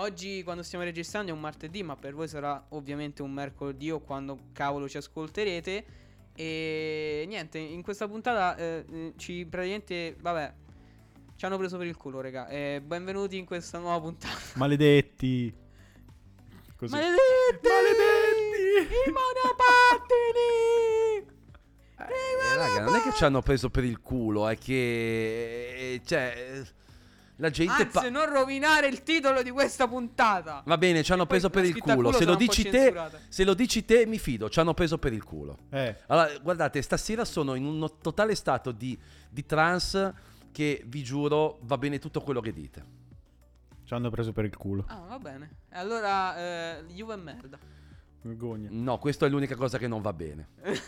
oggi quando stiamo registrando è un martedì, ma per voi sarà ovviamente un mercoledì o quando cavolo ci ascolterete. E niente, in questa puntata ci praticamente, vabbè, ci hanno preso per il culo, raga. Benvenuti in questa nuova puntata. Maledetti. Così. Maledetti! I monopattini! Raga, non è che ci hanno preso per il culo, è che cioè la gente Anzi, non rovinare il titolo di questa puntata. Va bene, ci hanno Poi preso per il scritta a culo. culo Se lo sarà un po' dici te, censurata. se lo dici te, mi fido, ci hanno preso per il culo. Allora, guardate, stasera sono in un totale stato di trance che vi giuro va bene tutto quello che dite. Ci hanno preso per il culo. Ah, va bene. Allora, Juve è merda. Vergogna. No, questa è l'unica cosa che non va bene.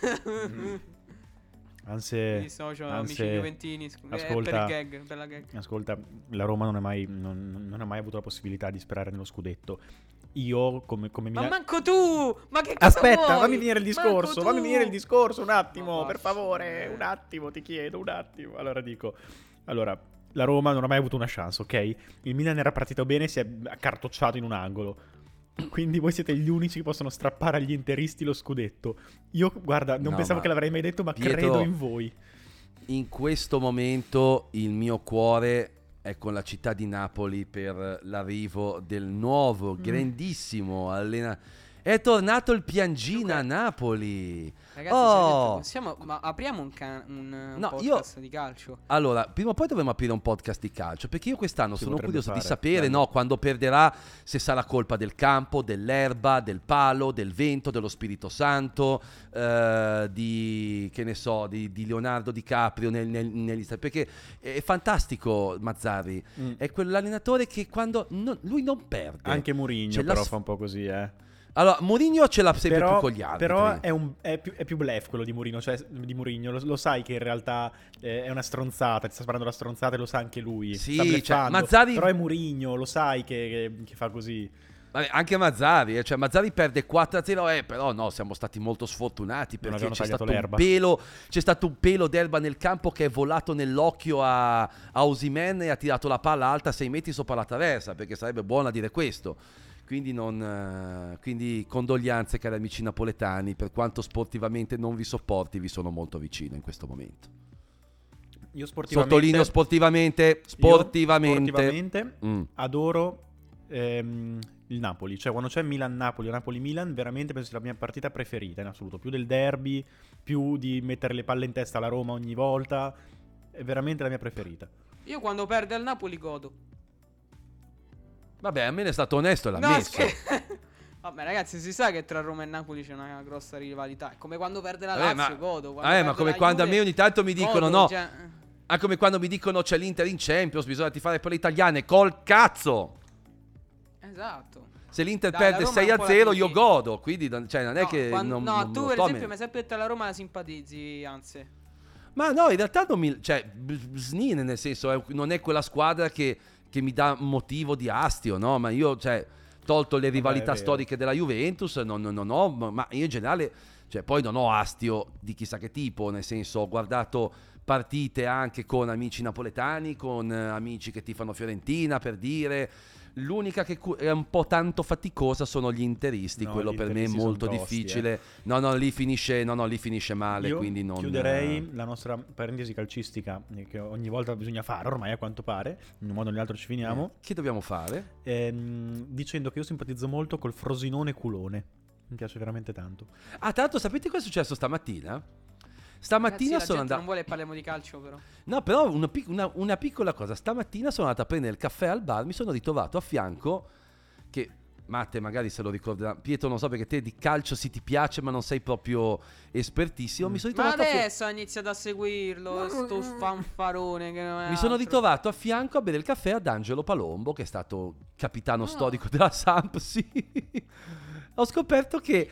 Anzi, Mi dissocio, amici juventini. ascolta, Per la gag. ascolta, la Roma non ha mai avuto la possibilità di sperare nello scudetto. Io, come Ma manco tu! Ma che cosa Aspetta, vuoi? fammi finire il discorso. Manco Fammi tu! finire il discorso un attimo, Ma per basta. favore. Un attimo, ti chiedo, un attimo. Allora, la Roma non ha mai avuto una chance, ok? Il Milan era partito bene, si è accartocciato in un angolo. Quindi voi siete gli unici che possono strappare agli interisti lo scudetto. Io, guarda, non No, pensavo ma che l'avrei mai detto, ma Pietro, credo in voi. In questo momento il mio cuore è con la città di Napoli per l'arrivo del nuovo, grandissimo allenatore. È tornato il Piangina a Napoli. Ragazzi, possiamo, ma apriamo un No, podcast di calcio. Allora, prima o poi dovremmo aprire un podcast di calcio, perché io quest'anno Si sono potrebbe curioso di fare, sapere, bello. no, quando perderà, se sarà colpa del campo, dell'erba, del palo, del vento, dello Spirito Santo, di, che ne so, di Leonardo DiCaprio negli stati, perché è fantastico Mazzarri, è quell'allenatore che quando lui non perde. Anche Mourinho C'è però fa un po' così, Allora, Mourinho ce l'ha sempre più con gli altri. Però è più bluff quello di Mourinho, cioè di Mourinho. Lo sai che in realtà è una stronzata, ti sta sparando la stronzata e lo sa anche lui. Sì, sta bluffando. cioè, Mazzarri... Però è Mourinho, lo sai che fa così. Vabbè, anche Mazzarri, cioè Mazzarri perde 4-0, però no, siamo stati molto sfortunati perché avevano c'è tagliato stato l'erba. c'è stato un pelo d'erba nel campo che è volato nell'occhio a Osimhen e ha tirato la palla alta a 6 metri sopra la traversa, perché sarebbe buono a dire questo. Quindi condoglianze cari amici napoletani, per quanto sportivamente non vi sopporti, vi sono molto vicino in questo momento. Io sportivamente Sottolineo sportivamente. Adoro il Napoli, cioè quando c'è Milan-Napoli o Napoli-Milan veramente penso sia la mia partita preferita in assoluto, più del derby, più di mettere le palle in testa alla Roma ogni volta, è veramente la mia preferita. Io quando perde al Napoli godo. Vabbè, a me ne è stato onesto e l'ha No, messo. Vabbè, ragazzi, si sa che tra Roma e Napoli c'è una grossa rivalità. È come quando perde la Vabbè, Lazio, ma- godo. ma come quando a me ogni tanto mi dicono no. Ah, come quando mi dicono c'è l'Inter in Champions, bisogna tifare per le italiane. Col cazzo! Esatto. Se l'Inter Dai, perde la Roma è un po' 6-0 la io tifi. godo. Quindi cioè, non è che No, tu per sto esempio mi hai sempre detto la Roma la simpatizzi, anzi. Ma no, in realtà non mi... Cioè, Snin, nel senso, non è quella squadra che mi dà motivo di astio, no? Ma io, cioè, tolto le rivalità storiche della Juventus, non ho... Ma io in generale, cioè, poi non ho astio di chissà che tipo, nel senso, ho guardato partite anche con amici napoletani, con amici che tifano Fiorentina, per dire... L'unica che è un po' tanto faticosa sono gli interisti, No, quello gli per me è interisti molto son tosti, difficile. No, lì finisce male, Io quindi non chiuderei la nostra parentesi calcistica che ogni volta bisogna fare, ormai a quanto pare, in un modo o nell'altro ci finiamo, Che dobbiamo fare? dicendo che io simpatizzo molto col Frosinone culone. Mi piace veramente tanto. Ah, tra l'altro sapete cosa è successo stamattina? Stamattina Ragazzi, la sono gente andato... non vuole parliamo di calcio, però. No, però una piccola cosa. Stamattina sono andato a prendere il caffè al bar, mi sono ritrovato a fianco, che Matte magari se lo ricorderà, Pietro non so perché te di calcio sì ti piace ma non sei proprio espertissimo, mi sono Ma ritrovato adesso ha iniziato a seguirlo, sto fanfarone che non è mi sono altro. ritrovato a fianco a bere il caffè ad Angelo Palombo, che è stato capitano storico della Samp, sì. Ho scoperto che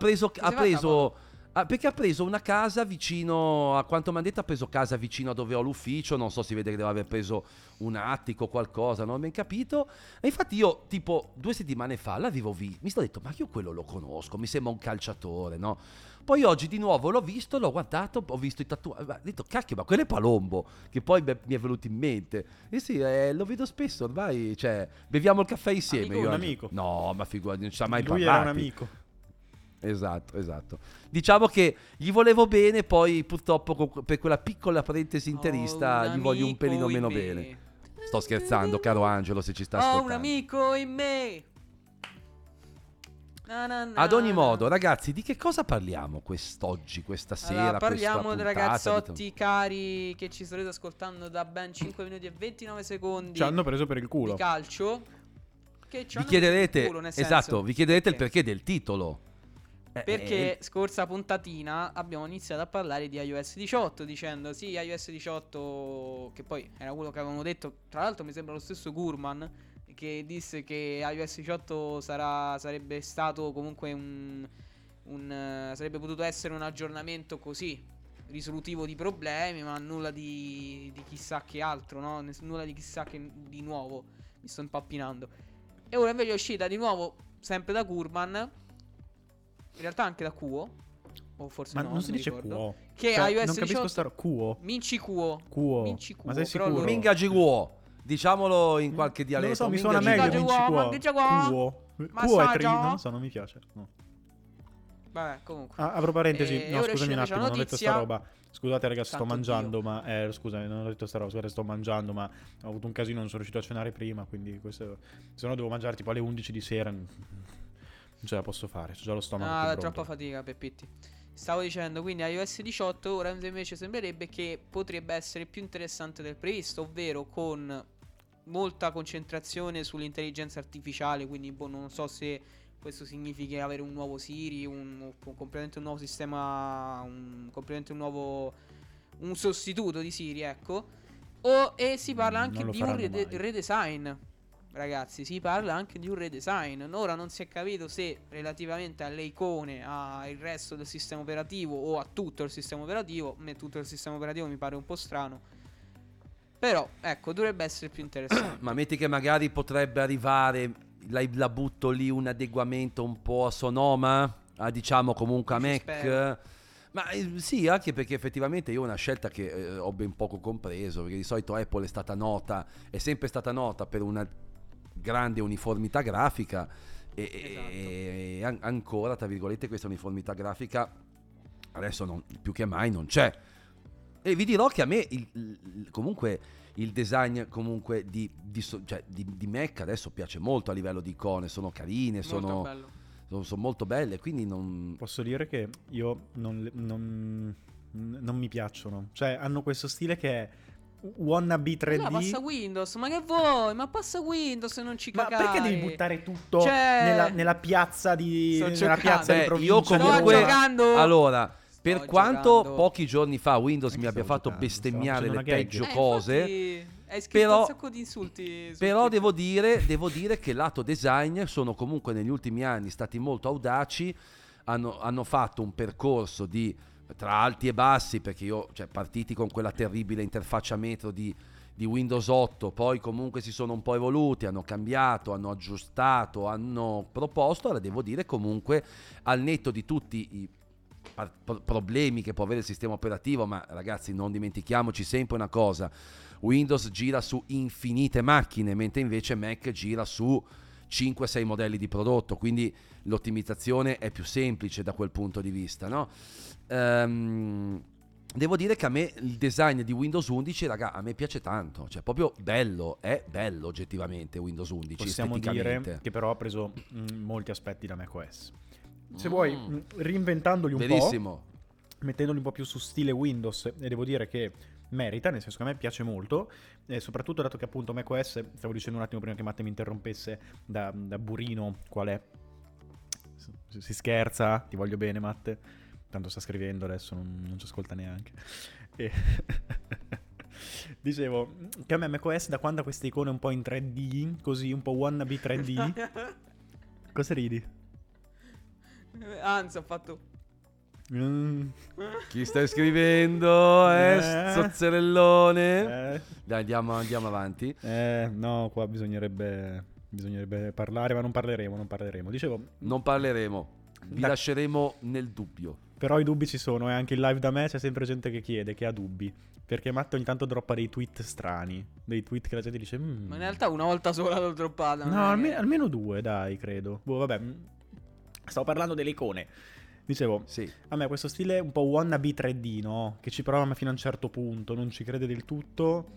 perché ha preso una casa vicino, a quanto mi hanno detto ha preso casa vicino a dove ho l'ufficio, non so, si vede che deve aver preso un attico o qualcosa, non ho ben capito. E infatti io tipo 2 settimane fa l'avevo visto, mi sono detto ma io quello lo conosco, mi sembra un calciatore, no? Poi oggi di nuovo l'ho visto, l'ho guardato, ho visto i tatuaggi, ho detto cacchio, ma quello è Palombo, che poi mi è venuto in mente. E sì, lo vedo spesso ormai, cioè, beviamo il caffè insieme. Amico, io un oggi. amico. No, ma figurati, non ci sa mai Lui parlato. era un amico. Esatto. Diciamo che gli volevo bene, poi purtroppo per quella piccola parentesi interista gli voglio un pelino meno bene. Sto scherzando, caro Angelo, se ci sta Ho un ascoltando. amico in me. Ad ogni modo, ragazzi, di che cosa parliamo quest'oggi, questa sera? Allora, parliamo questa dei puntata ragazzotti cari che ci starete ascoltando da ben 5 minuti e 29 secondi Ci hanno preso per il culo. di calcio. Che ci Vi hanno chiederete, preso il culo, nel senso, esatto, vi chiederete il perché? perché del titolo. Perché scorsa puntatina abbiamo iniziato a parlare di iOS 18 dicendo sì, iOS 18, che poi era quello che avevano detto, tra l'altro mi sembra lo stesso Gurman che disse che iOS 18 sarebbe stato comunque sarebbe potuto essere un aggiornamento così risolutivo di problemi, ma nulla di chissà che altro, no? Nulla di chissà che di nuovo. Mi sto impappinando. E ora invece è uscita di nuovo sempre da Gurman, in realtà anche da Kuo, o forse Ma no, non si mi dice ricordo, Kuo. che Cioè, iOS non capisco 18 sta Kuo. Minci Kuo. Kuo. Minci Kuo, Ma sei però sicuro? loro- Minga Giguo, diciamolo in qualche Non lo dialetto. so, mi Minga suona meglio Giguo. Minci Kuo. Minci Kuo. Kuo. Kuo è Massaggio. non lo so, non mi piace. No. Vabbè, comunque. Apro parentesi, E no, ora scusami un esce attimo, una non ho detto sta notizia. roba. Scusate ragazzi, sto Santo mangiando, ma scusami, non ho detto sta roba, scusate, sto mangiando, ma ho avuto un casino, non sono riuscito a cenare prima, quindi questo, se no devo mangiare tipo alle 11 di sera, non ce la posso fare, c'ho già lo stomaco Ah, più è pronto. troppa fatica, Peppitti. Stavo dicendo, quindi iOS 18 ora invece sembrerebbe che potrebbe essere più interessante del previsto, ovvero con molta concentrazione sull'intelligenza artificiale, quindi non so se questo significa avere un nuovo Siri, un completamente un nuovo sistema, completamente un nuovo un sostituto di Siri, ecco. E si parla anche Non lo di un faranno mai. redesign. Ragazzi, si parla anche di un redesign. Ora non si è capito se relativamente alle icone, al resto del sistema operativo o a tutto il sistema operativo. A me tutto il sistema operativo mi pare un po' strano. Però, ecco, dovrebbe essere più interessante. Ma metti che magari potrebbe arrivare, la butto lì, un adeguamento un po' a Sonoma, diciamo comunque a Ci Mac. spero. Ma sì, anche perché effettivamente io ho una scelta che ho ben poco compreso, perché di solito Apple è sempre stata nota per una grande uniformità grafica e ancora, tra virgolette, questa uniformità grafica adesso più che mai non c'è. E vi dirò che a me comunque il design comunque di Mac adesso piace molto a livello di icone, sono carine, Molto sono molto belle, quindi non... Posso dire che io non mi piacciono. Cioè, hanno questo stile che è wannabe 3D. Ma passa Windows, ma che vuoi? Ma passa Windows e non ci Ma cagare. perché devi buttare tutto Cioè- nella piazza di Sto nella giocando. piazza di Beh, provincia io di comunque Roma? giocando. allora, per Sto quanto giocando. pochi giorni fa Windows Anche mi abbia stavo fatto giocando, bestemmiare stavo le facendo una peggio gag. cose, Infatti, hai scritto però- un sacco di insulti su però Twitter. devo dire che lato design sono comunque negli ultimi anni stati molto audaci, hanno fatto un percorso tra alti e bassi, perché partiti con quella terribile interfaccia metro di Windows 8, poi comunque si sono un po' evoluti, hanno cambiato, hanno aggiustato, hanno proposto. Ora devo dire comunque, al netto di tutti i problemi che può avere il sistema operativo, ma ragazzi non dimentichiamoci sempre una cosa: Windows gira su infinite macchine, mentre invece Mac gira su 5-6 modelli di prodotto, quindi l'ottimizzazione è più semplice da quel punto di vista, no? Devo dire che a me il design di Windows 11, raga, a me piace tanto, cioè proprio bello, è bello oggettivamente Windows 11 Possiamo esteticamente. dire che però ha preso molti aspetti da macOS. Se vuoi, reinventandoli un Verissimo. po', mettendoli un po' più su stile Windows, e devo dire che merita, nel senso che a me piace molto, soprattutto dato che appunto macOS, stavo dicendo un attimo prima che Matte mi interrompesse, da burino, qual è? Si scherza, ti voglio bene Matte, tanto sta scrivendo adesso, non ci ascolta neanche. E dicevo che a me macOS, da quando ha queste icone un po' in 3D, così un po' wannabe 3D. Cosa ridi? Anzi, ho fatto. Chi stai scrivendo? Zozzerellone? Dai, andiamo avanti. No, qua bisognerebbe parlare, ma non parleremo. Dicevo, Non parleremo, vi Da- lasceremo nel dubbio. Però i dubbi ci sono, e anche in live da me c'è sempre gente che chiede, che ha dubbi. Perché Matt ogni tanto droppa dei tweet strani, dei tweet che la gente dice... Ma in realtà una volta sola l'ho droppata. No, almeno 2, dai, credo. Boh, vabbè, stavo parlando delle icone. Dicevo, Sì. a me questo stile un po' wannabe 3D, no? Che ci prova ma fino a un certo punto, non ci crede del tutto.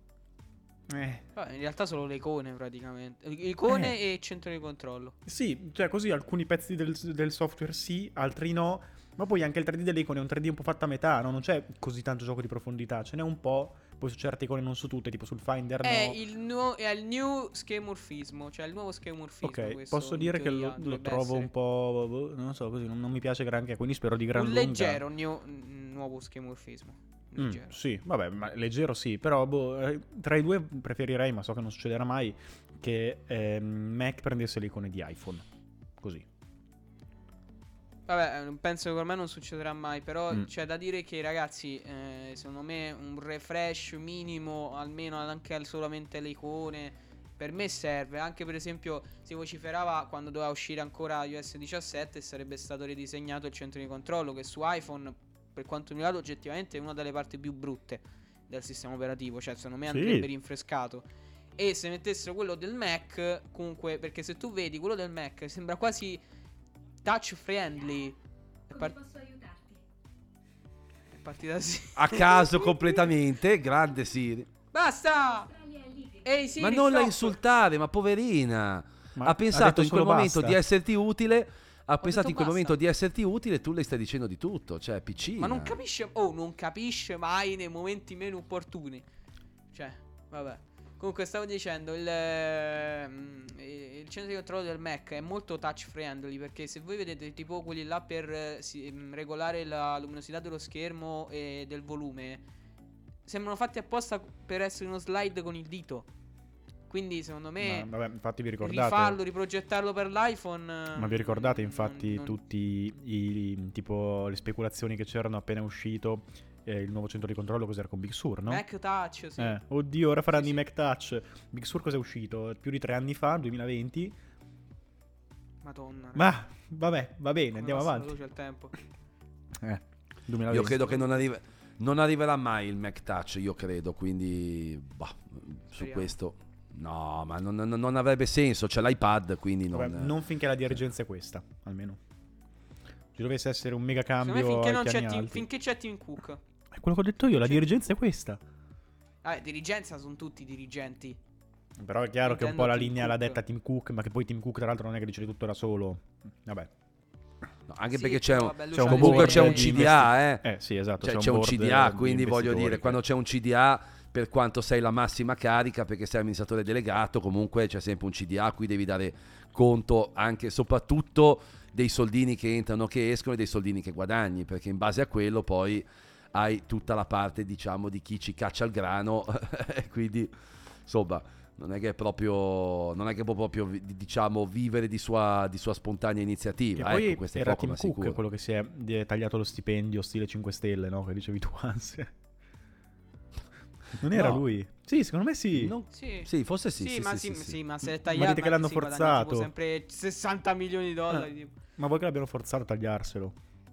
In realtà solo le icone praticamente. Icone e centro di controllo. Sì, cioè così alcuni pezzi del software sì, altri no. Ma poi anche il 3D delle icone è un 3D un po' fatto a metà, no? Non c'è così tanto gioco di profondità, ce n'è un po'. Poi su certe icone, non su tutte, tipo sul Finder no. È il new schemorfismo, cioè il nuovo schemorfismo. Ok, questo, posso in dire che teoria, lo dovrebbe trovo essere un po'... non so, così, non mi piace granché, quindi spero di gran un lunga... leggero nuovo schemorfismo. Leggero. Sì, vabbè, ma leggero sì, però tra i due preferirei, ma so che non succederà mai, che Mac prendesse le icone di iPhone, così. Vabbè, penso che per me non succederà mai. Però c'è da dire che, ragazzi, secondo me un refresh minimo, almeno anche solamente le icone, per me serve. Anche per esempio si vociferava quando doveva uscire ancora iOS 17 sarebbe stato ridisegnato il centro di controllo, che su iPhone, per quanto mi riguarda, oggettivamente è una delle parti più brutte del sistema operativo. Cioè secondo me andrebbe rinfrescato. E se mettessero quello del Mac, comunque, perché se tu vedi quello del Mac sembra quasi touch friendly. Come posso aiutarti? È partita sì. A caso completamente, grande Siri. Basta! Australia è Libia. Ehi sì, Ma non la stop. insultare, ma poverina. Ma Ha pensato detto in quel solo momento basta. di esserti utile. Ha pensato detto in quel basta. momento di esserti utile, tu le stai dicendo di tutto. Cioè, piccina. Ma non capisce. Oh, non capisce mai nei momenti meno opportuni. Cioè, vabbè. Comunque stavo dicendo, il centro di controllo del Mac è molto touch friendly, perché se voi vedete tipo quelli là per regolare la luminosità dello schermo e del volume, sembrano fatti apposta per essere uno slide con il dito. Quindi secondo me Vabbè, infatti vi ricordate... rifarlo, riprogettarlo per l'iPhone. Ma vi ricordate infatti non- tutti tipo le speculazioni che c'erano appena uscito il nuovo centro di controllo, cos'era con Big Sur, no? Mac Touch, sì. Oddio, ora faranno Sì, i sì. Mac Touch. Big Sur cos'è uscito? Più di 3 anni fa, 2020. Madonna. Ma vabbè, va bene, come andiamo passa avanti. veloce il tempo. 2020. Io credo che non arriverà mai il Mac Touch, io credo, quindi su Speriamo. questo no, ma non avrebbe senso, c'è l'iPad, quindi Vabbè, non... non finché la dirigenza è questa, almeno. Ci dovesse essere un mega Secondo cambio me finché, ai non c'è piani Tim, alti. finché c'è Tim Cook. È quello che ho detto io, la dirigenza è questa. Dirigenza sono tutti dirigenti. Però è chiaro che un Intendo po' la Tim linea l'ha Cook. detta Tim Cook, ma che poi Tim Cook tra l'altro non è che decide tutto da solo. Vabbè. No, anche Sì, perché c'è però un, vabbè, lui c'è un c'ha le comunque sue c'è un idee. CDA, Sì, esatto. C'è un board CDA, di quindi voglio investitori dire, che- quando c'è un CDA, per quanto sei la massima carica, perché sei amministratore delegato, comunque c'è sempre un CDA a cui devi dare conto anche, soprattutto, dei soldini che entrano, che escono e dei soldini che guadagni, perché in base a quello poi hai tutta la parte, diciamo, di chi ci caccia il grano, e quindi, insomma, non è che può proprio, diciamo, vivere di sua spontanea Che iniziativa. poi Ecco, questo è era poco Tim ma Cook sicuro. quello che si è tagliato lo stipendio stile 5 stelle, no? Che dicevi tu, anzi. Non era No. lui? Sì, secondo me sì. Non- Sì. Sì, forse sì. Sì, sì, ma sì, sì, sì. ma se è Ma tagliato. dite che l'hanno si guadagna forzato. tipo sempre 60 milioni di dollari. Tipo. Ma vuoi che l'abbiano forzato a tagliarselo?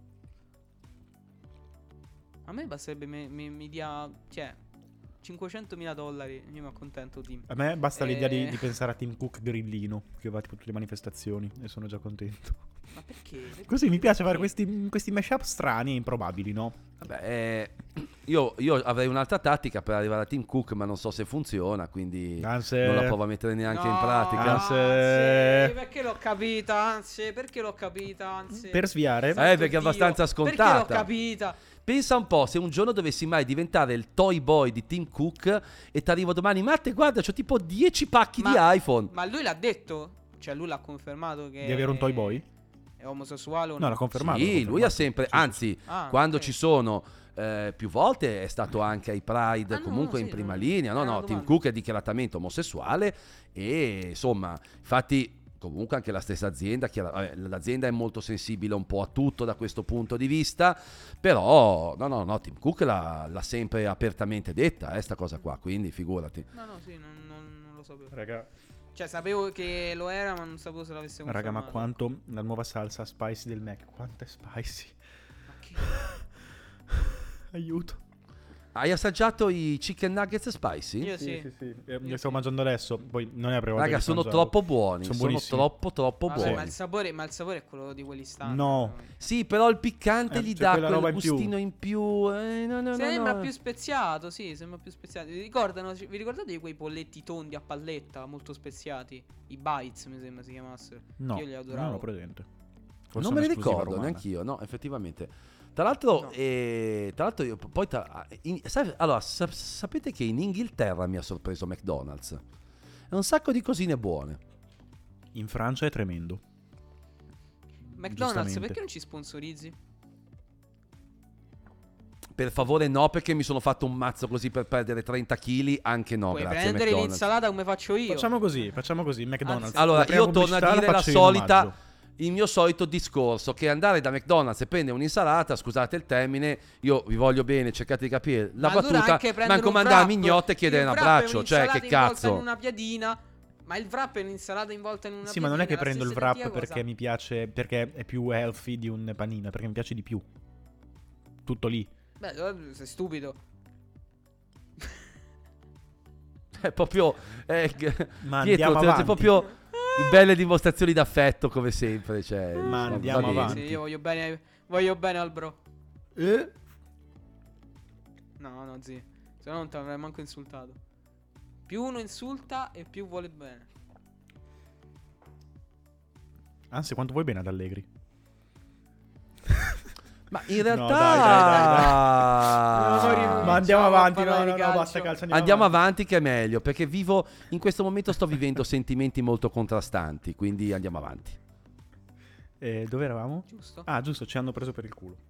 A me basterebbe mi dia, cioè, 500.000 dollari. Io mi accontento, Tim. A me basta l'idea Eh. di pensare a Tim Cook grillino, che va tipo a tutte le manifestazioni, e sono già contento. Ma perché? Perché? Così mi piace fare Perché? questi mashup strani e improbabili, no? Vabbè, io avrei un'altra tattica per arrivare a Tim Cook, ma non so se funziona, quindi Anzi. non la provo a mettere neanche in No, pratica. Anzi. perché l'ho capita, anzi, perché l'ho capita, anzi. Per sviare, Santo perché è Dio, abbastanza Perché scontata. l'ho capita. Pensa un po', se un giorno dovessi mai diventare il toy boy di Tim Cook e ti arrivo domani, Matte, guarda, c'ho tipo 10 pacchi di iPhone. Ma lui l'ha detto? Cioè lui l'ha confermato che di avere un toy boy? è omosessuale o No, no? l'ha confermato. Sì, l'ha lui confermato. ha sempre, Sì, sì. anzi, Ah, quando ok. ci sono più volte è stato anche ai Pride, Ah, no, comunque no, in sì, prima no, linea. No, era no, una Tim domanda. Cook è dichiaratamente omosessuale e insomma, infatti comunque anche la stessa azienda, l'azienda è molto sensibile un po' a tutto da questo punto di vista, però no, Tim Cook l'ha sempre apertamente detta, sta cosa qua, quindi figurati. No, sì, non lo sapevo. Raga, Cioè sapevo che lo era, ma non sapevo se l'avesse confermato. ma quanto la nuova salsa spicy del Mac, quanto è spicy? Ma che Aiuto. Hai assaggiato i chicken nuggets spicy? Io sì. Sì. Li sto mangiando adesso. Poi non è la prima volta Raga, che sono mangiavo. troppo buoni. Sono Sono buonissimi. troppo Vabbè, buoni. ma il sapore è quello di quelli standard. No. Sì, però il piccante gli c'è dà quella quel roba in più. gustino in più. No. Sembra più speziato, sì, sembra più speziato. Vi ricordate di quei polletti tondi a palletta, molto speziati? I bites, mi sembra si chiamassero. No, Io li non adoravo. ho presente. Forse Non me li un'esclusiva ricordo romana. neanch'io, no, effettivamente. Tra l'altro, io poi sapete che in Inghilterra mi ha sorpreso McDonald's. È un sacco di cosine buone. In Francia è tremendo. McDonald's, Giustamente. perché non ci sponsorizzi? Per favore no, perché mi sono fatto un mazzo così per perdere 30 kg. Anche no, Puoi grazie prendere McDonald's. l'insalata come faccio io. Facciamo così, McDonald's. Anzi, Allora, La prima io torno a pubblicità dire la faccio in solita, omaggio. il mio solito discorso, che andare da McDonald's e prendere un'insalata, scusate il termine, io vi voglio bene, cercate di capire la Ma allora battuta, anche ma prendere un comandare a wrap. mignotte e chiedere Il un wrap è abbraccio, cioè un'insalata che involta cazzo. in una piadina. Ma il wrap è un'insalata involta in una Sì, piadina. ma non è che la prendo il stessa wrap identica perché cosa. mi piace, perché è più healthy di un panino, perché mi piace di più. Tutto lì. Beh, sei stupido. È proprio Ma Pietro, andiamo c'è avanti. proprio belle dimostrazioni d'affetto come sempre, cioè, Ma va andiamo bene. avanti. Sì, io voglio bene al bro. No, zii. Se no non ti avrei manco insultato. Più uno insulta e più vuole bene. Anzi, quanto vuoi bene ad Allegri? Ma in No, realtà dai. Ma andiamo Ciao, avanti, parlare no, di calcio. basta calcio. andiamo avanti che è meglio, perché in questo momento sto vivendo sentimenti molto contrastanti, quindi andiamo avanti. Dove eravamo? Giusto? Ah, giusto, ci hanno preso per il culo.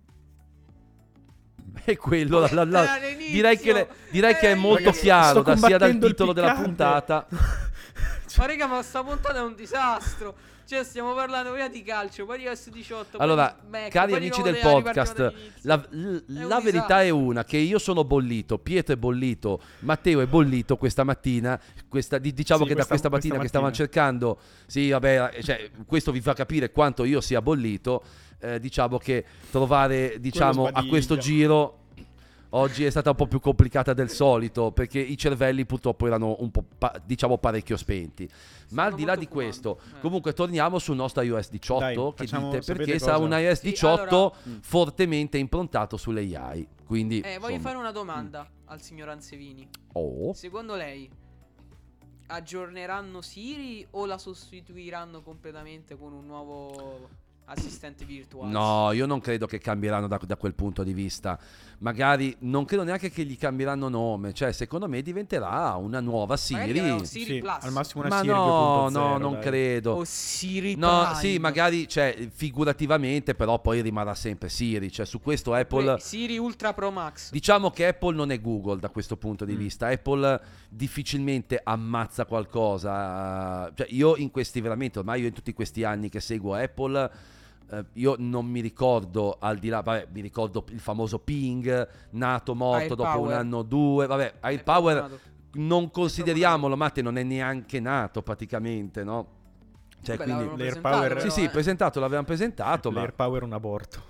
E quello Era l'inizio. direi che è molto Ragazzi, chiaro sto sia dal combattendo il titolo della piccante. puntata. Ma raga, ma sta puntata è un disastro. Cioè, stiamo parlando prima di calcio, poi di S18. poi Allora, di Mac, cari poi di amici nuovo del ripartiamo podcast, dall'inizio. la un verità disastro. è una, che io sono bollito, Pietro è bollito, Matteo è bollito questa mattina, diciamo Sì, che da questa questa mattina che stavano mattina. cercando, sì vabbè, cioè, questo vi fa capire quanto io sia bollito, diciamo che trovare, diciamo, a sbadiglio. questo giro... Oggi è stata un po' più complicata del solito, perché i cervelli purtroppo erano un po' diciamo parecchio spenti. Ma al Sono di là molto di questo, fumanti. comunque torniamo sul nostro iOS 18, Dai, che facciamo- dite, sapete perché cosa? sarà un iOS Sì, 18 allora- fortemente improntato sulle AI. Quindi Voglio insomma, fare una domanda al signor Ansevini. oh, Secondo lei aggiorneranno Siri o la sostituiranno completamente con un nuovo assistente virtuale? no, io non credo che cambieranno da quel punto di vista. Magari non credo neanche che gli cambieranno nome. Cioè, secondo me diventerà una nuova Magari Siri. un Siri Sì, Plus. al massimo una Ma Siri no, 2.0, no, non dai. credo. O Siri No, Prime. sì, magari, cioè, figurativamente, però poi rimarrà sempre Siri. Cioè, su questo Apple... Siri Ultra Pro Max. Diciamo che Apple non è Google da questo punto di vista. Apple difficilmente ammazza qualcosa. Cioè, io in questi veramente, ormai io in tutti questi anni che seguo Apple, io non mi ricordo, al di là, vabbè, mi ricordo il famoso Ping, nato, morto dopo un AirPower. anno o due. Vabbè, È AirPower fortunato. non consideriamolo, Matte, non è neanche nato praticamente, no? Cioè, Beh, quindi... l'avevano l'AirPower- presentato, Sì, però, sì, presentato, l'avevamo presentato, ma... L'AirPower è un aborto.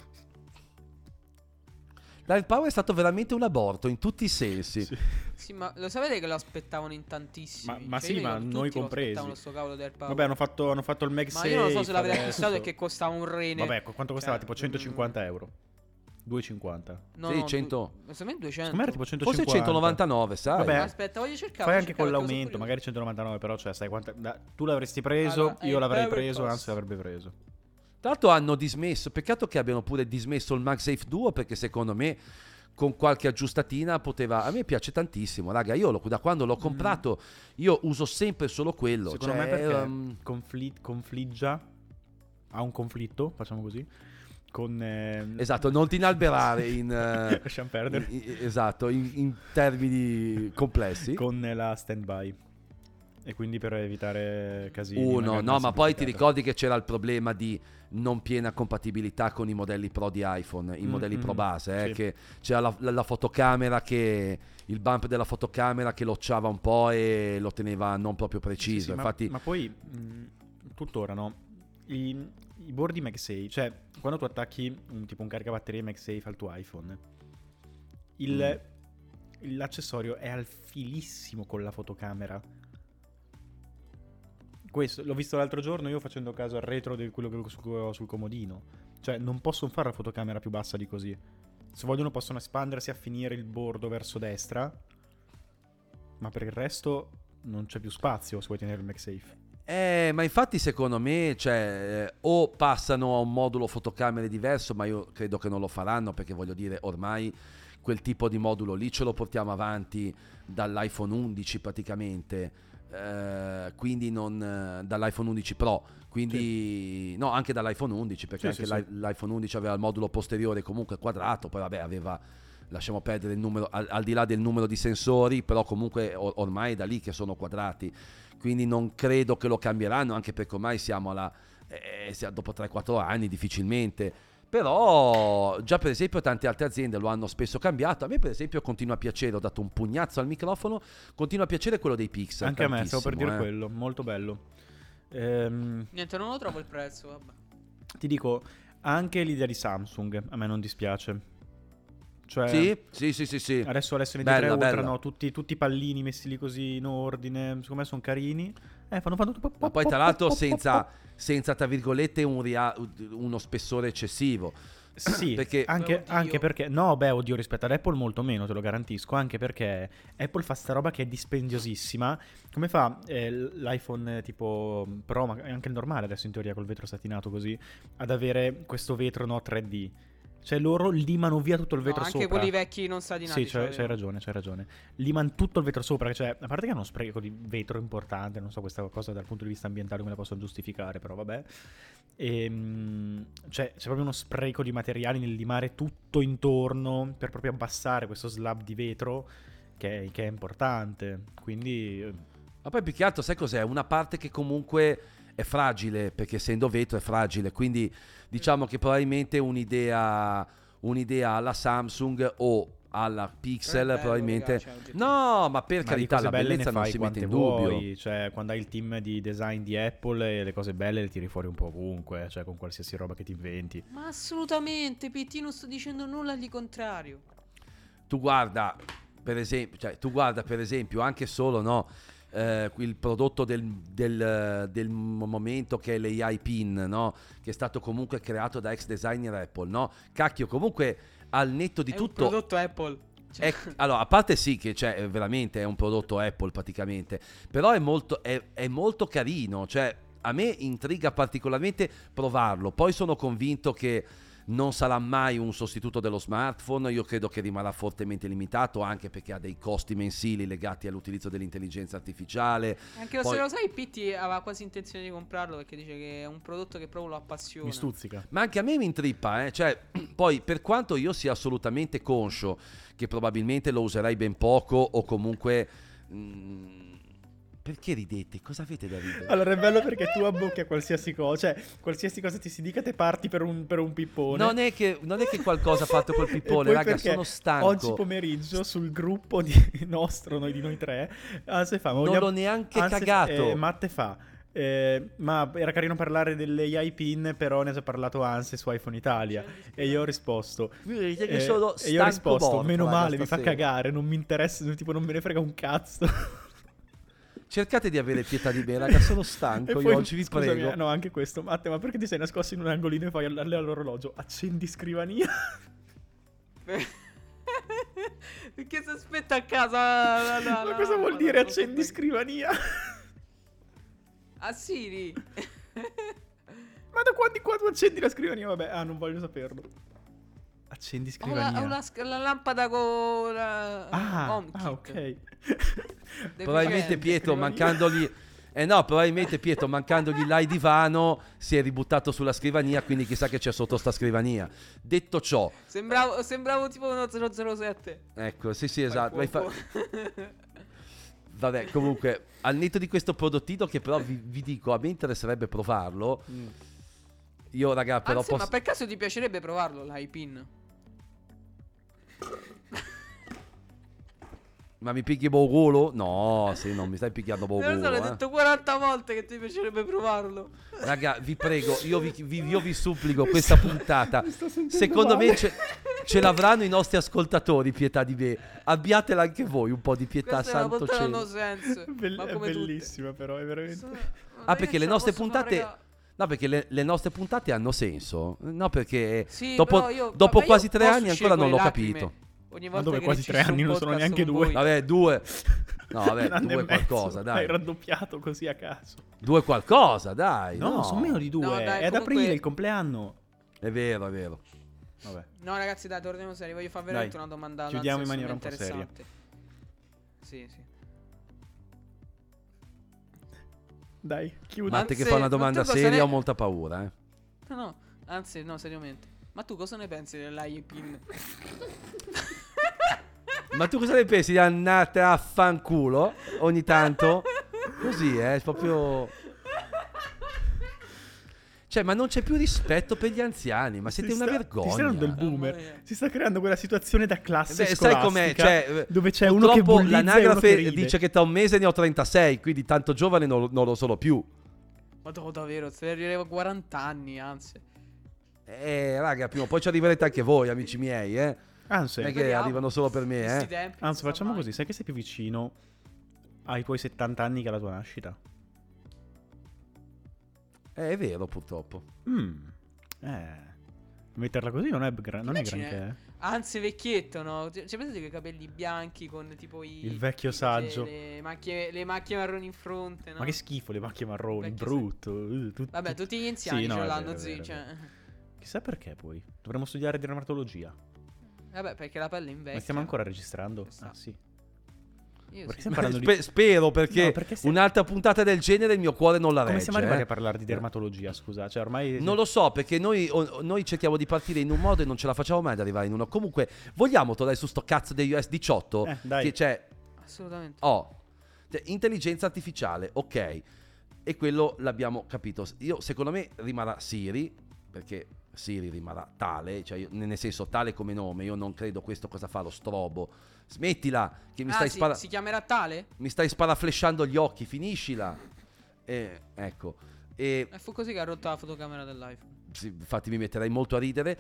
L'AirPower è stato veramente un aborto in tutti i sensi. Sì. Sì, ma lo sapete che lo aspettavano in tantissimi? Ma Cioè, sì, io ma ricordo noi tutti lo compresi. aspettavano sto cavolo del Power. Vabbè, hanno fatto il MagSafe. Ma io non so se l'avrei adesso. acquistato perché costava un rene. Vabbè, quanto costava? Cioè, Tipo 150 euro. 2,50. No, Sì, no, 100. secondo me 200. Secondo me era tipo 150. Forse 199, sai? Vabbè. Aspetta, voglio cercare. Fai voglio anche con cercare, l'aumento, cosa magari 199, però cioè, sai quanta... tu l'avresti preso, Allora, io l'avrei AirPower preso, Plus. anzi l'avrebbe preso. Tra l'altro hanno dismesso, peccato che abbiano pure dismesso il MagSafe Duo, perché secondo me con qualche aggiustatina poteva... A me piace tantissimo, raga, io da quando l'ho comprato io uso sempre solo quello. Secondo cioè, me perché confliggia, ha un conflitto, facciamo così, con... Esatto, non ti inalberare in... lasciamo perdere. esatto, in termini complessi. Con la standby. E quindi per evitare casini. Uno, magari no, una ma poi ti semplificata. ricordi che c'era il problema di non piena compatibilità con i modelli Pro di iPhone, i modelli Pro base, sì. che c'era la fotocamera che il bump della fotocamera che locciava un po' e lo teneva non proprio preciso. Sì, sì, Infatti ma poi tuttora no, i i bordi MagSafe, cioè quando tu attacchi tipo un caricabatterie MagSafe al tuo iPhone, l'accessorio è al filissimo con la fotocamera. Questo l'ho visto l'altro giorno io facendo caso al retro di quello che ho sul comodino. Cioè non possono fare la fotocamera più bassa di così. Se vogliono possono espandersi a finire il bordo verso destra, ma per il resto non c'è più spazio se vuoi tenere il MagSafe. Ma infatti secondo me, cioè, o passano a un modulo fotocamere diverso, ma io credo che non lo faranno, perché voglio dire, ormai quel tipo di modulo lì ce lo portiamo avanti dall'iPhone 11 praticamente. Quindi non dall'iPhone 11 Pro, quindi no, anche dall'iPhone 11, perché Sì, anche sì, sì. l'iPhone 11 aveva il modulo posteriore comunque quadrato, poi vabbè aveva, lasciamo perdere il numero, al di là del numero di sensori, però comunque ormai è da lì che sono quadrati, quindi non credo che lo cambieranno, anche perché ormai siamo dopo 3-4 anni difficilmente. Però già per esempio tante altre aziende lo hanno spesso cambiato. A me per esempio continua a piacere, ho dato un pugnazzo al microfono, continua a piacere quello dei Pixel. Anche a me, stavo per dire tantissimo, quello, molto bello. Niente, non lo trovo il prezzo, vabbè. Ti dico, anche l'idea di Samsung a me non dispiace. Cioè, Sì. adesso l'S23 Bella, Ultra, bella. no, tutti i pallini messi lì così in ordine, secondo me sono carini. Fanno Ma poi tra l'altro senza tra virgolette uno spessore eccessivo. Sì, Perché Oddio. anche perché no, beh, oddio, rispetto ad Apple molto meno, te lo garantisco, anche perché Apple fa sta roba che è dispendiosissima. Come fa l'iPhone tipo Pro, ma anche il normale adesso in teoria col vetro satinato così, ad avere questo vetro no 3D? Cioè loro limano via tutto il No, vetro anche sopra. quelli vecchi non satinati. Sì, c'hai ragione. Limano tutto il vetro sopra, cioè, a parte che è uno spreco di vetro importante, non so questa cosa dal punto di vista ambientale come la possono giustificare, però vabbè. Cioè, c'è proprio uno spreco di materiali nel limare tutto intorno per proprio abbassare questo slab di vetro che è importante. Quindi Ma poi più che altro sai cos'è? Una parte che comunque è fragile, perché essendo vetro è fragile, quindi diciamo che probabilmente un'idea alla Samsung o alla Pixel Però è bello, probabilmente... raga, cioè, oggettivamente. No, ma per ma di carità cose la belle ne bellezza non fai si mette quante in dubbio. vuoi. Cioè, quando hai il team di design di Apple e le cose belle le tiri fuori un po' ovunque, cioè con qualsiasi roba che ti inventi. Ma assolutamente, Pitti, non sto dicendo nulla di contrario. Tu guarda per esempio anche solo no, il prodotto del momento che è l'AI Pin, no? Che è stato comunque creato da ex designer Apple, no? Cacchio, comunque al netto di È tutto un prodotto Apple. Cioè, allora, a parte sì che cioè, veramente è un prodotto Apple praticamente, però è molto carino, cioè a me intriga particolarmente provarlo, poi sono convinto che non sarà mai un sostituto dello smartphone, io credo che rimarrà fortemente limitato anche perché ha dei costi mensili legati all'utilizzo dell'intelligenza artificiale. anche Poi- se lo sai, Pitti aveva quasi intenzione di comprarlo perché dice che è un prodotto che proprio lo appassiona. Mi stuzzica. Ma anche a me mi intrippa, cioè, poi per quanto io sia assolutamente conscio che probabilmente lo userai ben poco o comunque... perché ridete? Cosa avete da ridere? Allora è bello perché tu abbocchi a qualsiasi cosa, cioè qualsiasi cosa ti si dica te parti per un pippone. Non è che qualcosa ha fatto col E pippone, poi raga, perché sono stanco. oggi pomeriggio sul gruppo di noi tre, Anse fa, ma Non vogliamo- l'ho neanche Anse- cagato. Matte fa. Ma era carino parlare delle AI PIN, però ne ha già parlato Anse su iPhone Italia. E io ho risposto. Vedete che sono E io ho stanco risposto: morto, meno raga, male, mi fa stasera." cagare, non mi interessa, tipo non me ne frega un cazzo. Cercate di avere pietà di me, raga, sono stanco, E io oggi vi scusami, prego. no, anche questo. Matte, ma perché ti sei nascosto in un angolino e fai all'orologio? Accendi scrivania. Perché si aspetta a casa. Ma cosa vuol dire accendi scrivania? Ah, Siri. Ma da quando accendi la scrivania? Vabbè, non voglio saperlo. Accendi Ho scrivania. la lampada con la HomeKit. Ok. Probabilmente Pietro scrivania. mancandogli probabilmente Pietro mancandogli l'AI-divano si è ributtato sulla scrivania, quindi chissà che c'è sotto sta scrivania. Detto ciò, Sembravo tipo uno 007. ecco, sì, esatto. Fai fuoco. Vabbè, comunque, al netto di questo prodottino che però vi dico, a me interesserebbe provarlo. Io, raga, però Anzi, ma per caso ti piacerebbe provarlo l'iPin? Ma mi picchi Bogolo? No, sì, non mi stai picchiando Me lo so, Bogolo. l'hai detto 40 volte che ti piacerebbe provarlo. Raga, vi prego, io vi supplico questa puntata. Secondo me ce l'avranno i nostri ascoltatori, pietà di me. Abbiatela anche voi un po' di pietà, Questa è una santo puntata cielo. no sense. Ma È come bellissima, però, è veramente. Ah, perché le nostre puntate... No, perché le nostre puntate hanno senso. No, perché Sì, dopo, però io, dopo vabbè, quasi io 3 posso anni uscire ancora con non l'ho le lacrime. capito. Ogni Ma volta dove che quasi 3 registro anni un non sono podcast neanche con 2. voi. Vabbè, 2. No, vabbè, Un anno e 2 mezzo. qualcosa, dai. Hai raddoppiato così a caso. 2 qualcosa, dai. No, sono meno di 2. No, dai, è ad comunque- aprile il compleanno. È vero, è vero. Vabbè. No, ragazzi, dai, torniamo seri. Voglio fare veramente Dai, una domanda. chiudiamo in Lazio, maniera un po' interessante. Sì, sì. Dai, chiudi. Matte che Anzi, fa una ma domanda tu cosa seria ne- ho molta paura, No, no, anzi, no, seriamente. Ma tu cosa ne pensi dell'IPIN? Ma tu cosa ne pensi di andate a fanculo ogni tanto? Così, è proprio... Cioè, ma non c'è più rispetto per gli anziani, ma siete una vergogna. Ti stai dando il Mamma boomer. mia. Si sta creando quella situazione da classe Beh, sai scolastica com'è? Cioè, dove c'è uno che purtroppo bullizza e uno che l'anagrafe ride. dice che tra un mese ne ho 36, quindi tanto giovane non lo sono più. Ma tu davvero, se arrivo a 40 anni, anzi. Raga, prima o poi ci arriverete anche voi, amici miei, Anzi, Non è che Vediamo. arrivano solo per me, Questi tempi, non anzi, si sa facciamo mai. così. Sai che sei più vicino ai tuoi 70 anni che alla tua nascita? È vero, purtroppo. Metterla così non è, non è Immagina, granché. Anzi, vecchietto, no? C'è presente quei capelli bianchi con tipo Il vecchio saggio. le macchie marroni in fronte, no? Ma che schifo le macchie marroni, Vecchio brutto. Vabbè, tutti gli anziani Sì, no, ce è l'hanno, vero, è zi, vero, è cioè. Chissà perché poi. Dovremmo studiare dermatologia. Vabbè, perché la pelle invecchia. Ma stiamo ancora registrando? Chissà. Ah, sì. Io Perché sì. stiamo parlando di... Spero, perché, No, perché un'altra puntata del genere il mio cuore non la Come regge. siamo arrivati a parlare di dermatologia, scusa? Cioè, ormai... Non lo so, perché noi cerchiamo di partire in un modo e non ce la facciamo mai ad arrivare in uno. Comunque, vogliamo tornare su sto cazzo degli US 18? dai. Che c'è... Assolutamente. Cioè, intelligenza artificiale, ok. E quello l'abbiamo capito. Secondo me rimarrà Siri, perché Siri rimarrà tale, cioè nel senso tale come nome. Io non credo questo cosa fa lo strobo. Smettila, che mi Si chiamerà tale? mi stai sparaflesciando gli occhi, finiscila. Ecco. E Fu così che ha rotto la fotocamera dell'iPhone. sì, infatti mi metterei molto a ridere.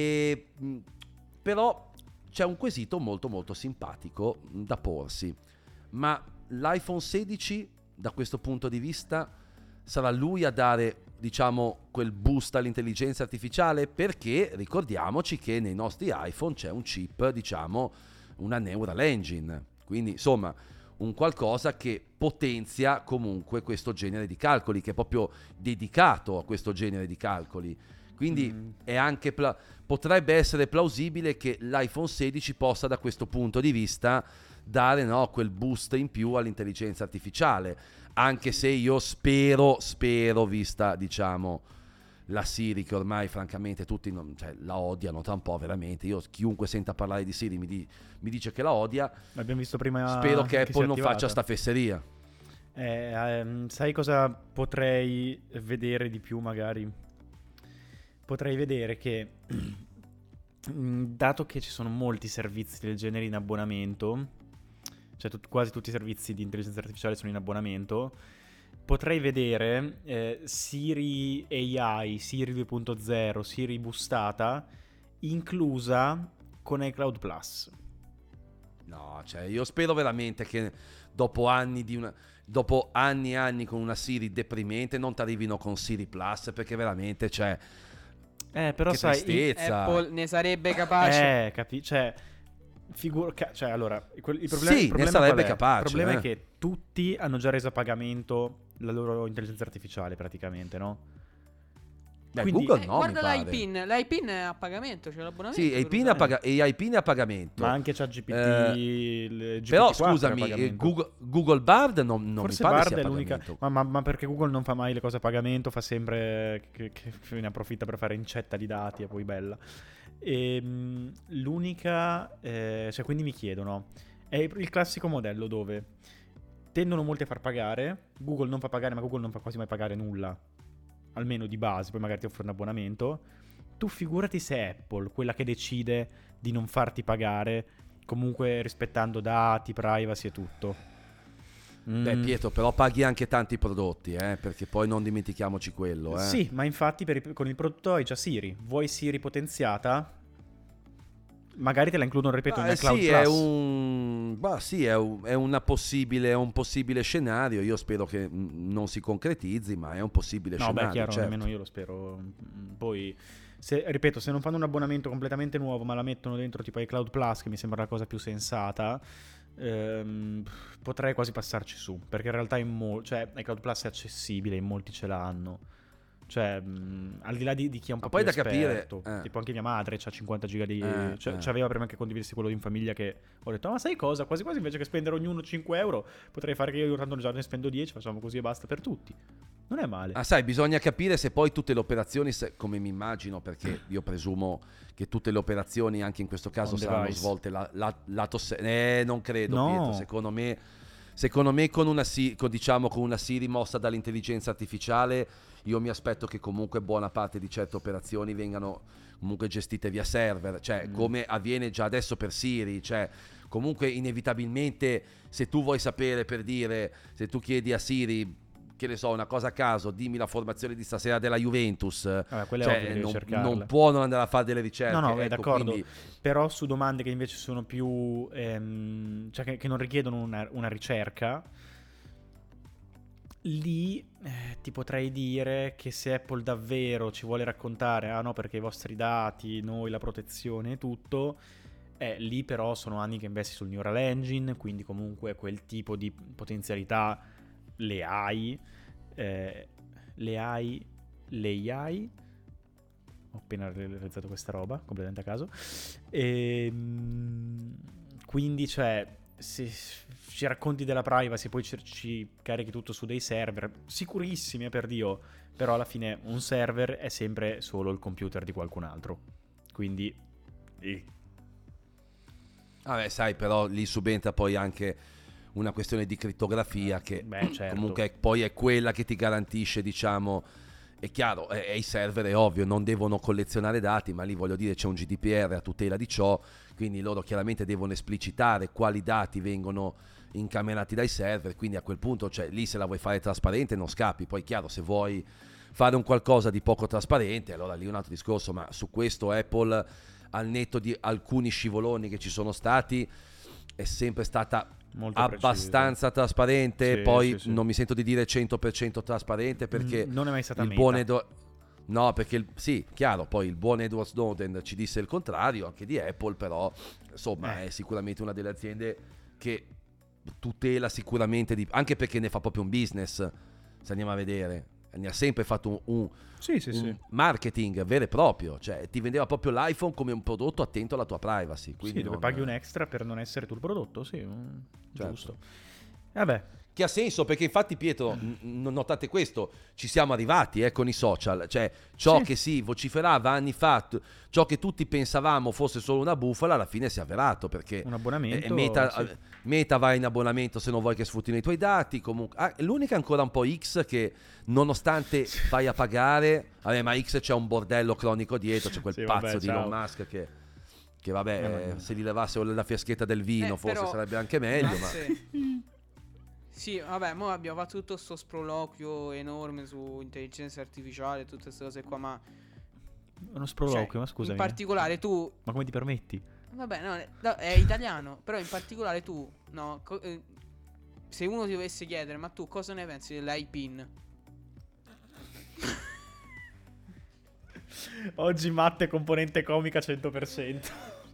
Però c'è un quesito molto molto simpatico da porsi. Ma l'iPhone 16, da questo punto di vista, sarà lui a dare, diciamo, quel boost all'intelligenza artificiale? Perché ricordiamoci che nei nostri iPhone c'è un chip, diciamo, una neural engine. Quindi, insomma, un qualcosa che potenzia comunque questo genere di calcoli, che è proprio dedicato a questo genere di calcoli. Quindi è anche potrebbe essere plausibile che l'iPhone 16 possa da questo punto di vista dare, no, quel boost in più all'intelligenza artificiale, anche se io spero, vista, diciamo, la Siri, che ormai francamente tutti la odiano tra un po', veramente. Io chiunque senta parlare di Siri mi dice che la odia. L'abbiamo visto prima. Spero che si è Apple non attivata. faccia sta fesseria. Sai cosa potrei vedere di più magari? Potrei vedere che dato che ci sono molti servizi del genere in abbonamento, cioè quasi tutti i servizi di intelligenza artificiale sono in abbonamento, potrei vedere Siri AI, Siri 2.0, Siri boostata inclusa con iCloud Plus. No, cioè io spero veramente che dopo anni e anni con una Siri deprimente non ti arrivino con Siri Plus, perché veramente Però che sai, tristezza. Apple ne sarebbe capace. cioè allora, il problema, Sì, il problema ne sarebbe qual è? capace, Il problema eh. è che tutti hanno già reso a pagamento la loro intelligenza artificiale, praticamente, no? Beh, quindi- Google no, mi Guarda pare. l'iPin è a pagamento, c'è l'abbonamento. Sì, per AIPIN usare. è a pagamento. Ma anche ChatGPT, il Però GPT-4 è a scusami, pagamento. Google Bard non mi Forse pare Bard sia è a l'unica, pagamento. ma perché Google non fa mai le cose a pagamento, fa sempre che ne approfitta per fare incetta di dati e poi bella. L'unica, cioè quindi mi chiedono, è il classico modello dove tendono molti a far pagare, Google non fa pagare, ma Google non fa quasi mai pagare nulla, almeno di base, poi magari ti offre un abbonamento. Tu figurati se è Apple quella che decide di non farti pagare comunque rispettando dati, privacy e tutto. Beh, Pietro, però paghi anche tanti prodotti, perché poi non dimentichiamoci quello. Sì, ma infatti con il prodotto hai già Siri. Vuoi Siri potenziata? Magari te la includono, ripeto, nel Cloud sì, Plus. è un possibile scenario. Io spero che non si concretizzi, ma è un possibile No, scenario. beh, chiaro, certo. nemmeno io lo spero. Poi, ripeto, se non fanno un abbonamento completamente nuovo, ma la mettono dentro tipo ai Cloud Plus, che mi sembra la cosa più sensata, potrei quasi passarci su. Perché in realtà cioè, ai Cloud Plus è accessibile, in molti ce l'hanno. Cioè, al di là di chi è un po' poi più da capire, esperto, tipo anche mia madre c'ha 50 giga di... Cioè, C'aveva prima che condividessi quello in famiglia, che ho detto, ma sai cosa? Quasi quasi invece che spendere ognuno 5 euro, potrei fare che io tanto già ne spendo 10, facciamo così e basta per tutti. Non è male. sai, bisogna capire se poi tutte le operazioni, come mi immagino, perché io presumo che tutte le operazioni anche in questo caso On saranno device. svolte lato non credo, No. Pietro, secondo me con una Siri mossa dall'intelligenza artificiale, io mi aspetto che comunque buona parte di certe operazioni vengano comunque gestite via server, cioè come avviene già adesso per Siri, cioè comunque inevitabilmente se tu vuoi sapere, per dire, se tu chiedi a Siri, che ne so, una cosa a caso, dimmi la formazione di stasera della Juventus, Quella è cioè, ovvio che devi non cercarla. può non andare a fare delle ricerche. No, è ecco, d'accordo. quindi- Però su domande che invece sono più... cioè che non richiedono una ricerca, lì ti potrei dire che se Apple davvero ci vuole raccontare, no, perché i vostri dati, noi, la protezione e tutto, lì però sono anni che investi sul Neural Engine, quindi comunque quel tipo di potenzialità le hai. Le hai. Ho appena realizzato questa roba, completamente a caso. Quindi, cioè, se ci racconti della privacy, poi ci carichi tutto su dei server, sicurissimi, per Dio, però alla fine un server è sempre solo il computer di qualcun altro. Quindi... Vabbè, sai, però lì subentra poi anche una questione di crittografia che certo. comunque poi è quella che ti garantisce, diciamo, è chiaro, i server è ovvio, non devono collezionare dati, ma lì voglio dire c'è un GDPR a tutela di ciò, quindi loro chiaramente devono esplicitare quali dati vengono incamerati dai server, quindi a quel punto, cioè, lì se la vuoi fare trasparente non scappi, poi chiaro, se vuoi fare un qualcosa di poco trasparente, allora lì è un altro discorso, ma su questo Apple, al netto di alcuni scivoloni che ci sono stati, è sempre stata molto abbastanza trasparente. Sì, poi sì. non mi sento di dire 100% trasparente, perché non è mai stata il meta. buon no, perché sì, chiaro, poi il buon Edward Snowden ci disse il contrario anche di Apple, però insomma è sicuramente una delle aziende che tutela sicuramente anche perché ne fa proprio un business, se andiamo a vedere, ne ha sempre fatto un marketing vero e proprio, cioè ti vendeva proprio l'iPhone come un prodotto attento alla tua privacy, quindi dove paghi un extra per non essere tu il prodotto, sì, certo. Giusto. Vabbè. Che ha senso, perché infatti Pietro, notate questo, ci siamo arrivati con i social, cioè ciò che si vociferava anni fa, ciò che tutti pensavamo fosse solo una bufala, alla fine si è avverato, perché un abbonamento, Meta va in abbonamento se non vuoi che sfruttino i tuoi dati, comunque l'unica ancora un po' X, che nonostante vai a pagare, vabbè, ma X c'è un bordello cronico dietro, c'è quel pazzo di Elon Musk che vabbè, se gli levasse la fiaschetta del vino forse però, sarebbe anche meglio, Sì, vabbè, mo abbiamo fatto tutto sto sproloquio enorme su intelligenza artificiale e tutte queste cose qua, ma... Uno sproloquio, ma scusami. In particolare tu... Ma come ti permetti? Vabbè, no, è italiano, però in particolare tu, no, se uno ti dovesse chiedere, ma tu cosa ne pensi dell'IPIN? Oggi Matte componente comica 100%.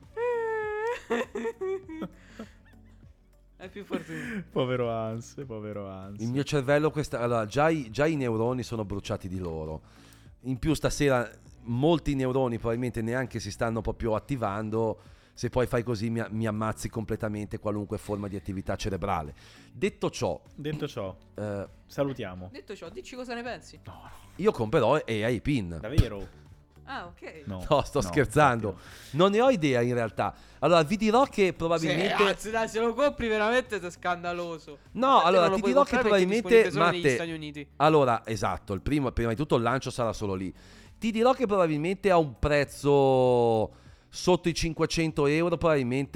È più forte. Povero Hans. Il mio cervello allora, già i neuroni sono bruciati di loro. In più stasera molti neuroni probabilmente neanche si stanno proprio attivando. Se poi fai così mi ammazzi completamente qualunque forma di attività cerebrale. Detto ciò, salutiamo. Detto ciò, dici cosa ne pensi? No. Io comprerò AI PIN. Davvero? Ah, ok. No, sto scherzando. Non ne ho idea in realtà. Allora vi dirò che probabilmente se lo compri veramente sei scandaloso. No, allora ti dirò che probabilmente negli Stati Uniti. Allora, esatto, prima di tutto il lancio sarà solo lì. Ti dirò che probabilmente a un prezzo sotto i 500 euro probabilmente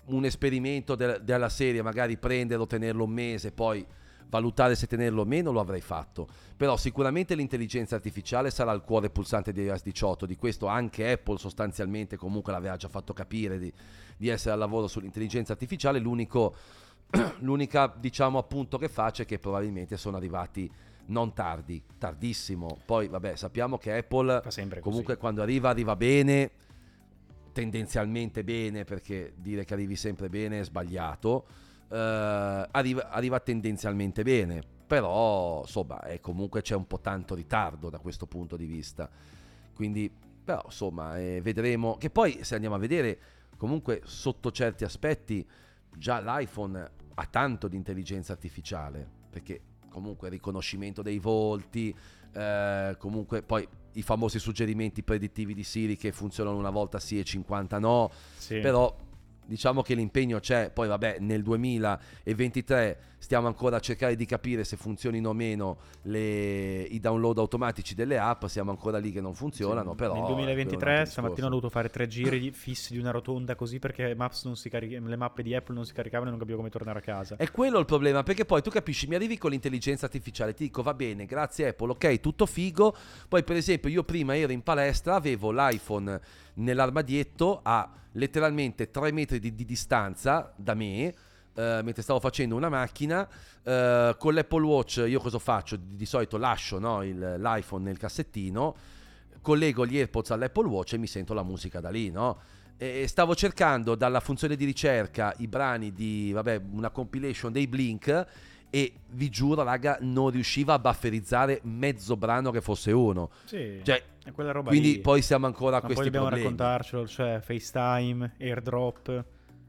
un esperimento della serie, magari prenderlo, tenerlo un mese, poi valutare se tenerlo o meno, lo avrei fatto. Però sicuramente l'intelligenza artificiale sarà il cuore pulsante di iOS 18, di questo anche Apple sostanzialmente comunque l'aveva già fatto capire di essere al lavoro sull'intelligenza artificiale. L'unica diciamo appunto che faccio è che probabilmente sono arrivati non tardi, tardissimo. Poi vabbè, sappiamo che Apple Fa sempre comunque così. quando arriva bene, tendenzialmente bene, perché dire che arrivi sempre bene è sbagliato. Arriva tendenzialmente bene, però insomma comunque c'è un po' tanto ritardo da questo punto di vista, quindi però insomma vedremo. Che poi se andiamo a vedere comunque sotto certi aspetti già l'iPhone ha tanto di intelligenza artificiale, perché comunque riconoscimento dei volti, comunque poi i famosi suggerimenti predittivi di Siri che funzionano una volta sì e 50 no, Sì. però diciamo che l'impegno c'è. Poi vabbè, nel 2023 stiamo ancora a cercare di capire se funzionino o meno i download automatici delle app, siamo ancora lì che non funzionano. Sì. Però nel quello è un 2023 altro stamattina ho discorso. dovuto fare 3 giri fissi di una rotonda così perché le mappe di Apple non si caricavano e non capivo come tornare a casa. È quello il problema, perché poi tu capisci, mi arrivi con l'intelligenza artificiale, ti dico va bene, grazie Apple, ok, tutto figo. Poi per esempio io prima ero in palestra, avevo l'iPhone nell'armadietto a letteralmente 3 metri di distanza da me, mentre stavo facendo una macchina. Con l'Apple Watch io cosa faccio? Di solito lascio, no, l'iPhone nel cassettino, collego gli AirPods all'Apple Watch e mi sento la musica da lì, no? E stavo cercando dalla funzione di ricerca i brani di, vabbè, una compilation dei Blink, e vi giuro raga non riusciva a bufferizzare mezzo brano che fosse uno. Sì, Cioè, è quella roba quindi lì. poi siamo ancora a Ma poi questi dobbiamo problemi. raccontarcelo, cioè FaceTime, AirDrop.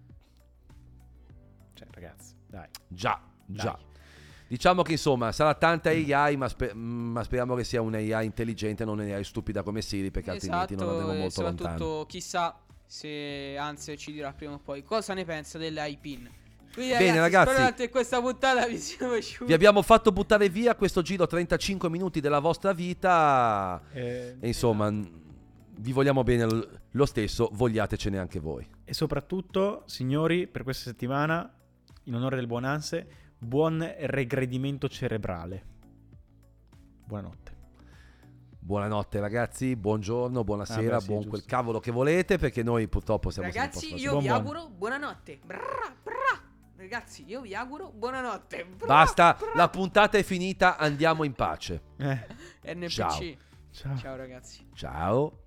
Cioè, ragazzi, dai. Già. Dai. Diciamo che insomma sarà tanta AI, ma speriamo che sia un'AI intelligente, non un'AI stupida come Siri, perché altrimenti non andremo e molto lontano. soprattutto chissà se anzi ci dirà prima o poi cosa ne pensa dell'iPin. Quindi Bene, ragazzi, spero che questa puntata vi sia piaciuta. Vi abbiamo fatto buttare via questo giro 35 minuti della vostra vita e insomma vi vogliamo bene lo stesso, vogliatecene anche voi. E soprattutto, signori, per questa settimana, in onore del buon Anse, buon regredimento cerebrale. Buonanotte. Buonanotte ragazzi, buongiorno, buonasera, beh, sì, buon giusto. quel cavolo che volete, perché noi purtroppo siamo Ragazzi, sempre io vi Buon. auguro buonanotte. Ragazzi, io vi auguro buonanotte. Basta, la puntata è finita, andiamo in pace. NPC. Ciao. Ciao ragazzi. Ciao.